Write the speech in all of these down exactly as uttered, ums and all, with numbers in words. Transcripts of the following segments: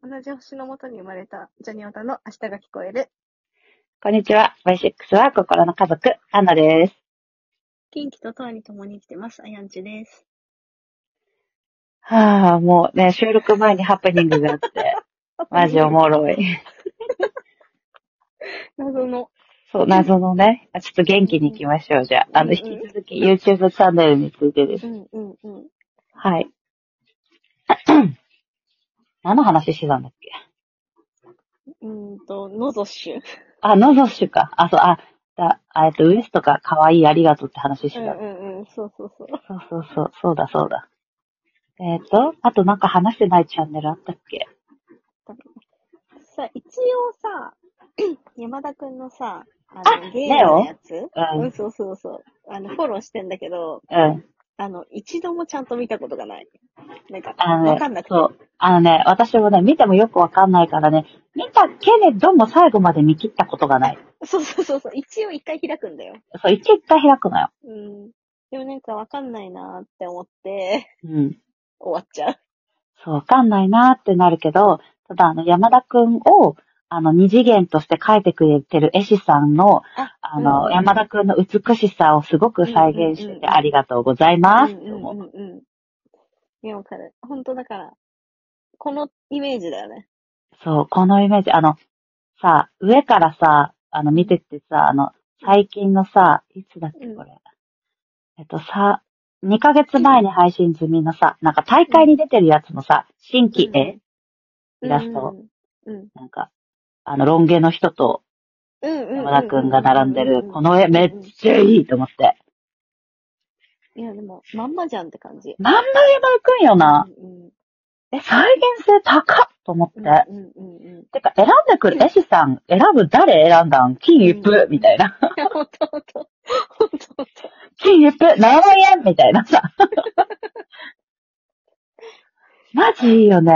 同じ星の下に生まれたジャニオタの明日が聞こえる。 こんにちは。バイシックスは心の家族、アンナです。 近畿ととわに共に生きてます。あやんちです。 はぁ、もうね、収録前にハプニングがあって、マジおもろい。 謎の。 そう、謎のね、ちょっと元気に行きましょう、じゃあ。あの、 うんうん引き続き YouTube チャンネルについてです。 うんうんうん。 はい。何の話してたんだっけ？ うーんと、ノゾッシュ。 あ、ノゾッシュか。あ、そう、あ、だ、あえっと、ウエストが可愛いありがとうって話してた。 うんうんうん。そうそうそう。 そうそうそう、そうだそうだ。えっと、あとなんか話してないチャンネルあったっけ？ さ、一応さ、山田くんのさ、あの、ゲームのネオ？ やつうん。 うん、そうそうそう。あの、フォローしてんだけど、 うん。 あの、一度もちゃんと見たことがない。なんか、わあのね、 かんなくて。 そう。あのね、私もね、見てもよくわかんないからね、見たけれども最後まで見切ったことがない。 そうそうそうそう。一応一回開くんだよ。 そう、一一回開くのよ。 うん。でもなんかわかんないなーって思って、 うん。 終わっちゃう。 そう、わかんないなーってなるけど、ただあの、山田くんを、あの、二次元として描いてくれてる絵師さんの、 あ、 あの、 うんうんうん。 山田くんの美しさをすごく再うんうん現しててうんうん。 ありがとうございまうんうんすって思う。 うんうん。いや、わかる。ほんとだから、このイメージだよね。 そう、このイメージ、あの、さ、上からさ、あの、見てってさ、あの、 うん。 最近のさ、いつだっけ、 うん。 これ。えっとさ、にかげつまえに配信済みのさ、なんか大うん。 会に出てるやつのさ、新規絵うん。うイラスト、 ん。うん。 なんか、あの、ロン毛の人とうんうんうん山田くんがうんうん並んでる、 うんうん。 この絵めっうんうん。 ちゃいいと思って。 いや、でも、まんまじゃんって感じ。 まんま山田くんようんな。 うん。 え、再現性高っと思っうんて。 うんうんうん。 てか、選んでくる絵師さん、選ぶ誰選んだん金一封みたいな。 いや、ほんとほんと。ほんとほんと。 金一封ななまん円みたいなさ。マジいいよね。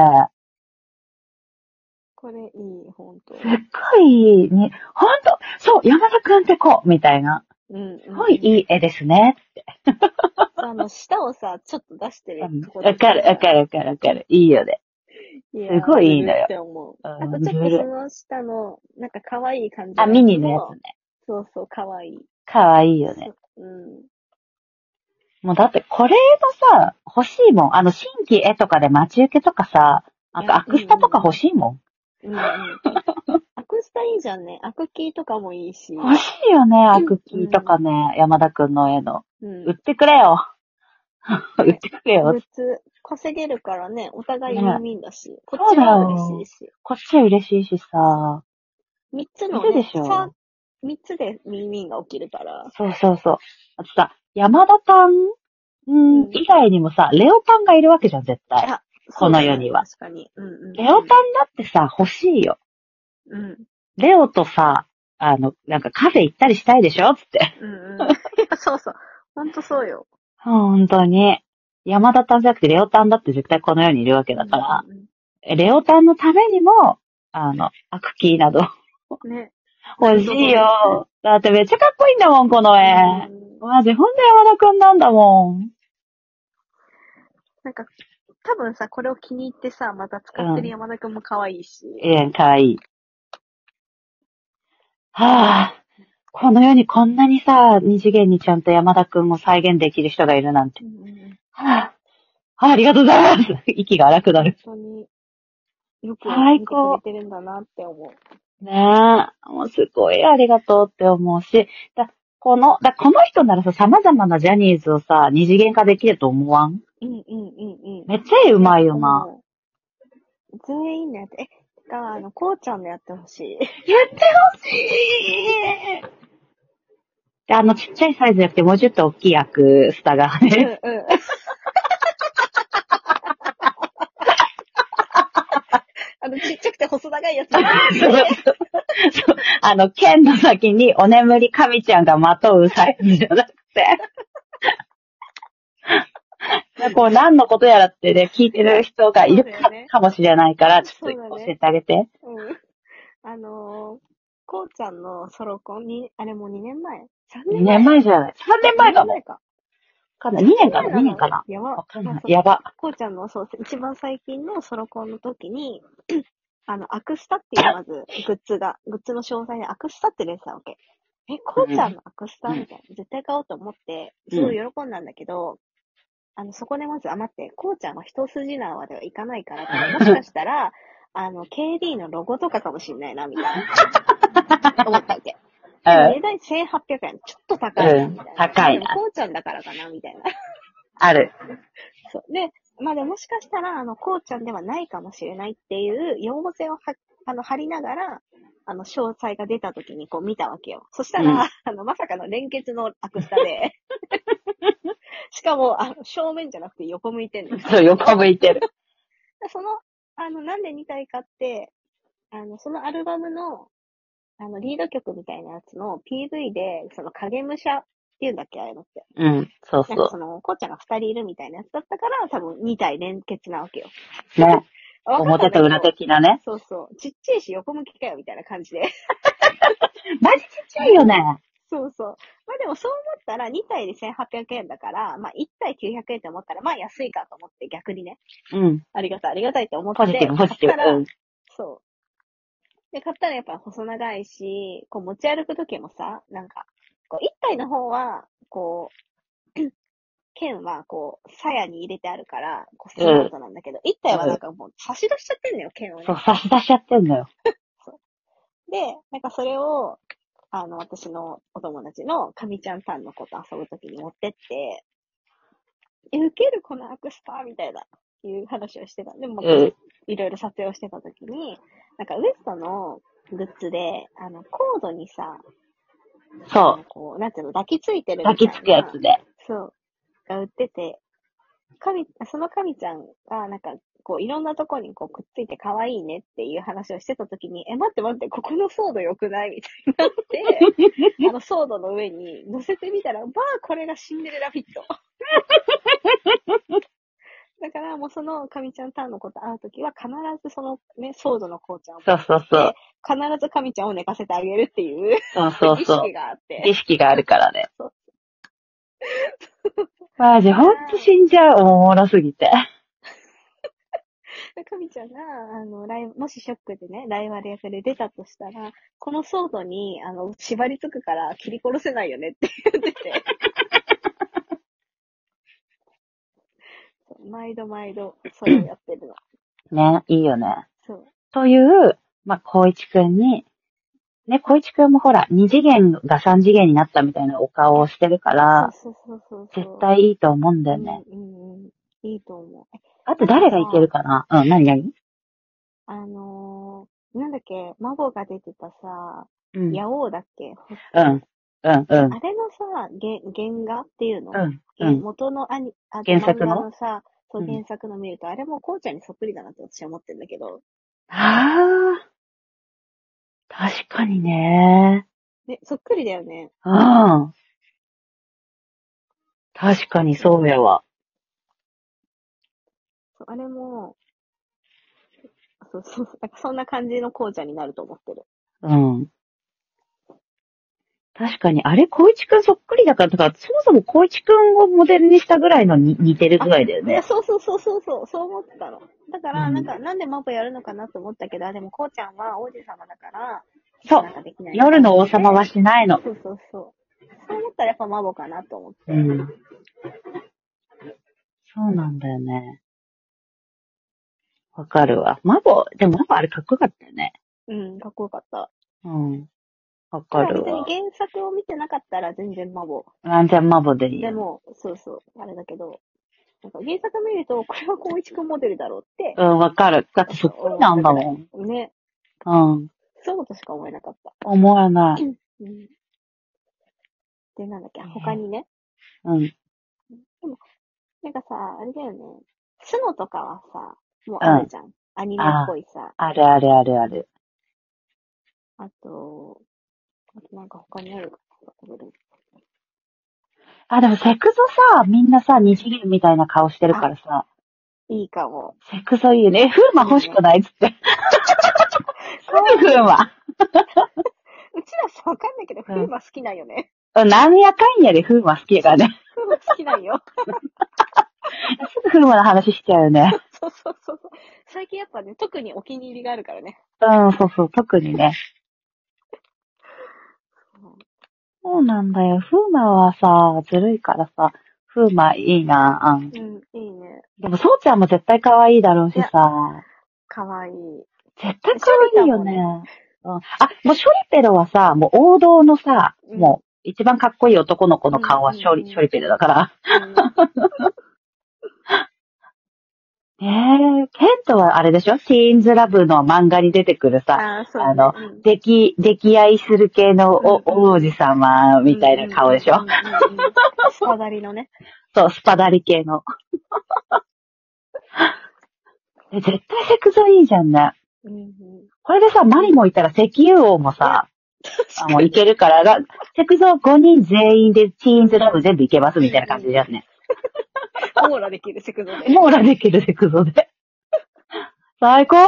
これいい、ほんと。 すっごいいいに、ほんと、そう、山田くんってこうみたいな。 うんうんすごいうん。 いい絵ですね。 あの、舌をさ、ちょっと出してるうんとことわかる、わかさ、 かる、わかる、わかる。いいよね。 いやすごー、ずるっいいいのよ。 て思う。あとうん、 ちょっとそずるい。 の下の、なんか可愛い感じあ、 のやミニのやつつも、 ね。 そうそう、可愛い。 かわいいよね。 そうん。 もうだってこれのさ、欲しいもん。あの、新規絵とかで待ち受けとかさ、なんかいや、うんアクスタとか欲うんしいもん。 うん。うんうん。え、アクスタいいじゃんね。アクキーとかもいいし。 欲しいよね、アクキーとうん。 かね、山田くんの絵の。売っうん。 てくれよ。売っね。 てくれよ。 グッズ稼げるからね、お互いウィンね。 ウィンだし、こっそうだちは嬉しいよ。 し。 こっちは嬉しいしさ。 三ついるでのね、さ、 しょ。 三つでウィンウィンが起きるから。 そうそうそう。あとさ、山田さんんうん。 以外にもさ、レオタンがいるわけじゃん、絶対。 あ、 こそうだね。 の世には。 確かに。うんうんレオタンだってさ、欲しいよ。 うん。うん。 レオとさ、あの、なんかカフェ行ったりしたいでしょつって。 うんうん。いや、そうそう。ほんとそうよ。 本当に。山田タンじゃなくてレオタンだって絶対この世にいるわけうんだから、 うんえレオタンのためにも、あの、アクキーなどうん。ね。 欲しいよ。だってめっちゃかっこいいんだもん、このう絵。 ん。 マジ、ほんと山田くんなんだもん。 なんか、多分さ、これを気に入ってさ、また使ってるうん。 山田くんも可愛いし。 ええ、かわいい。はぁ、この世にこんなにさ、二次元にちゃんと山田くんを再現できる人がいるなんて。 うんうん。 はぁ、ありがとうございます。息が荒くなる。 本当によく見てくれ最高。 てるんだなって思ねえ。もうすごいありがとうって思うし、だこの、だこの人ならさ、様々なジャニーズをさ、二次元化できると思わん？ う。うんうんうんうん。 めっちゃ絵ういや、 まいよな。 思う。全員のやって、え、てか、あの、こうちゃんのやってほしい。 やってほしい。で、あの、ちっちゃいサイズじゃなくて、もうちょっと大きいアクスタがうんね。 うん。あの、ちっちゃくて細長いやつじゃなくて。 そうそう。あの、剣の先にお眠り神ちゃんがまとうサイズじゃなくて。こう何のことやらってね、聞いてる人がいるか、 ね、 かもしれないから、ちょっと教そうだね。 えてあげて。 うん。あのー、こうちゃんのソロコンに、あれもうにねんまえ ?さん 年にねんまえじゃない。さんねんまえかも。 にねんまえか。 かんない。にねんかな ?になの年かなやば。 わかんない。 まあそうやば。 こうちゃんの、そう、一番最近のソロコンの時に、 あの、アクスタっていうまず、グッズが、グッズの詳細でアクスタって出てたわけ。え、こうちゃんのアクスタみたいな。絶対買おうと思って、すごい喜んだんだけど、あの、そこでまず余って、こうちゃんは一筋縄ではいかないからって、もしかしたら、あの、ケーディー のロゴとかかもしんないな、みたいな。思ったわけ。でも値段せんはっぴゃくえん。ちょっと高いな、みたいな。 高いな。 こうちゃんだからかな、みたいな。 ある。 そう。で、まあでもしかしたら、あの、こうちゃんではないかもしれないっていう要望線をは、あの、貼りながら、あの、詳細が出た時にこう見たわけよ。そしたら、うん、あの、まさかの連結のアクスタで、しかも、あの、正面じゃなくて横向いてんの。 そう、横向いてる。 その、あの、なんでにたいかって、あの、そのアルバムの、あの、リード曲みたいなやつの ピーブイ で、その影武者っていうんだっけ、あれのって。 うん、そうそう。 なんかその、こうちゃんが二人いるみたいなやつだったから、多分にたい連結なわけよ。 ね。表と裏的なね。 そうそう。ちっちゃいし横向きかよ、みたいな感じで。 マジちっちゃいよね。 そうそう。まあでもそう思ったらにたいでせんはっぴゃくえんだから、まあいったいきゅうひゃくえんって思ったら、まあ安いかと思って逆にね。 うん。 ありがたい、ありがたいって思って。 ポジティブ、ポジティブ。うん。 そう。で、買ったらやっぱ細長いし、こう持ち歩くときもさ、なんか、こういったいの方は、こう、剣はこう、鞘に入れてあるから、こうスマートなんだけど、いったいはなんかもう差し出しちゃってんのよ、剣をね。 そう、差し出しちゃってんのよ。 そう。で、なんかそれを、あの、私のお友達の神ちゃんさんの子と遊ぶときに持ってって、え、受けるこのアクスタみたいな、いう話をしてた。でも、いろいろ撮影をしてたときに、なんかウエストのグッズで、あの、コードにさ、 そう。 こう、なんていうの、抱きついてるみたいな。 抱きつくやつで。 そう。が売ってて、神、その神ちゃんが、なんか、こう、いろんなとこにこう、くっついて可愛いねっていう話をしてたときに、え、待って待って、ここのソード良くないみたいになって、あのソードの上に乗せてみたら、まあ、これがシンデレラフィット。だから、もうその神ちゃんターンの子と会うときは、必ずそのね、ソードのこうちゃんを。 そうそうそう。 必ず神ちゃんを寝かせてあげるっていう。 そうそうそう。 儀式があって。 儀式があるからね。 そう。 マジ、ほんと死んじゃう、おもろすぎて。 神ちゃんが、あの、ライもしショックでね、ライバル役で出たとしたら、このソードに、あの、縛り付くから切り殺せないよねって言ってて。毎度毎度、それをやってるの。 ね、いいよね。 そう。 という、まあ、光一くんに、ね、光一くんもほら、二次元が三次元になったみたいなお顔をしてるから、 そうそうそうそう。 絶対いいと思うんだよね。 うんうんうん。いいと思う。 あと誰がいけるかな？うん、何何？ あのー、なんだっけ、マボが出てたさ、 うん、 ヤオウだっけ？ うん、うん、うん。あれのさ、原、原画っていうの？ うん、うん。 元のアニ、あ原作の？ 漫画のさ、そう、原作の見ると、うん、あれもこうちゃんにそっくりだなって私は思ってるんだけど。 ああ。確かにね。 ね、そっくりだよね。 うん。確かにそうやわ。 あれも、そうそう、なんかそんな感じのこうちゃんになると思ってる。 うん。確かに、あれ、光一くんそっくりだから、だから、そもそも光一くんをモデルにしたぐらいのに似てるぐらいだよね。 いや、そうそうそうそうそう、そう思ってたの。だから、なんか、うん、なんでマボやるのかなと思ったけど、でもこうちゃんは王子様だから、 そう。なんかできない夜の王様はしないの。 そうそうそう。そう思ったらやっぱマボかなと思って。 うん。そうなんだよね。わかるわ。マボ、でもマボあれかっこよかったよね。 うん、かっこよかった。 うん。わかるわ。 別に原作を見てなかったら全然マボ。 全然マボでいい。 でも、そうそう、あれだけど、なんか原作見ると、これは光一くんモデルだろうって。 うん、わかる。だってそっくりなんだもん。 ね。 うん。 そうとしか思えなかった。 思わない。 うん、で、なんだっけ、他にね。 うん。 でも、なんかさ、あれだよね。スノとかはさ、もうあるじゃん。うん、アニメっぽいさ。 あるあるあるある。 あと、あとなんか他にあるかな。 あ、でもセクゾさ、みんなさ、二次元みたいな顔してるからさ。 いいかも。 セクゾいいね。え、フーマ欲しくないっつって。何フーマうちらさ、わかんないけど、フーマ好きなんよね。 うん、なんやかんやでフーマ好きやからね。 フーマ好きなんよ。 すぐフーマの話しちゃうよね。 そうそうそう。最だけやっぱね、特にお気に入りがあるからね。 うん、そうそう、特にね。 そうそうなんだよ。風磨はさ、ずるいからさ、風磨いいな。うん。 うん、いいね。 でも、そうちゃんも絶対可愛いだろうしさ。 かわいい。 絶対可愛いよね。うん。あ、もうショリペロはさ、もう王道のさ、 うんもう一番かっこいい男の子の顔はショリ、 うんうんうんショリペロだから。 うん、 ええケントはあれでしょ？ティーンズラブの漫画に出てくるさ、 ああ、そうね。 あの、 うん溺、溺愛する系のお、 うんうん王子様みたいな顔でしょ？ うんうんうんうんうんスパダリのね。 そう、スパダリ系の。え、絶対セクゾいいじゃんね。 うんうん、 これでさ、マリもいたら石油王もさ、あもういけるからが、セクゾごにん全員でティーンズラブ全部いけますみたいな感じだよね。 網羅できるセクゾで。 網羅できるセクゾで。最高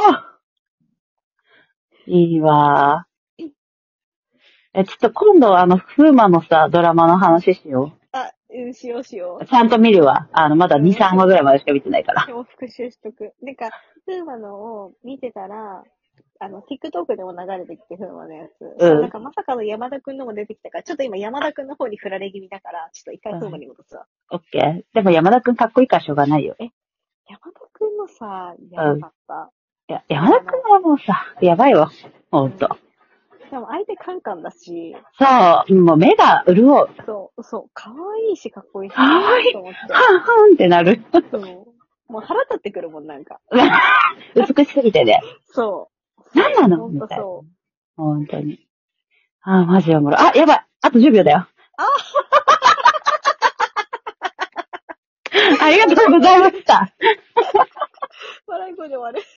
いいわー。え、ちょっと今度あの、風磨のさ、ドラマの話しよあ、うん、しようしよう。ちゃんと見るわ。あの、まだうんに、さんわぐらいまでしか見てないから。 う。もう復習しとく。なんか、フーマのを見てたら、あの、TikTok でも流れてきて、フーマのやつ。 うんなんかまさかの山田くんのも出てきたから、ちょっと今山田くんの方に振られ気味だから、ちょっと一回フーマに戻すわ。 オッケー。でも山田くんかっこいいからしょうがないよ。 山田くんのさ、やばかった。 いや、山田くんはもうさ、やばいわ。ほんと。 でも相手カンカンだし、 そう、もう目が潤う。 そう、そう、可愛いしかっこいいし、 かわいいと思って。 はんはんってなる。 そう。もう腹立ってくるもん、なんか。 美しすぎてね。 そう。 何なのほんみたいな。 とそう。 ほんとに。あー、マジおもろい。あ、やばい。あとじゅうびょうだよ。 あありがとうございました。 笑い声で終わる。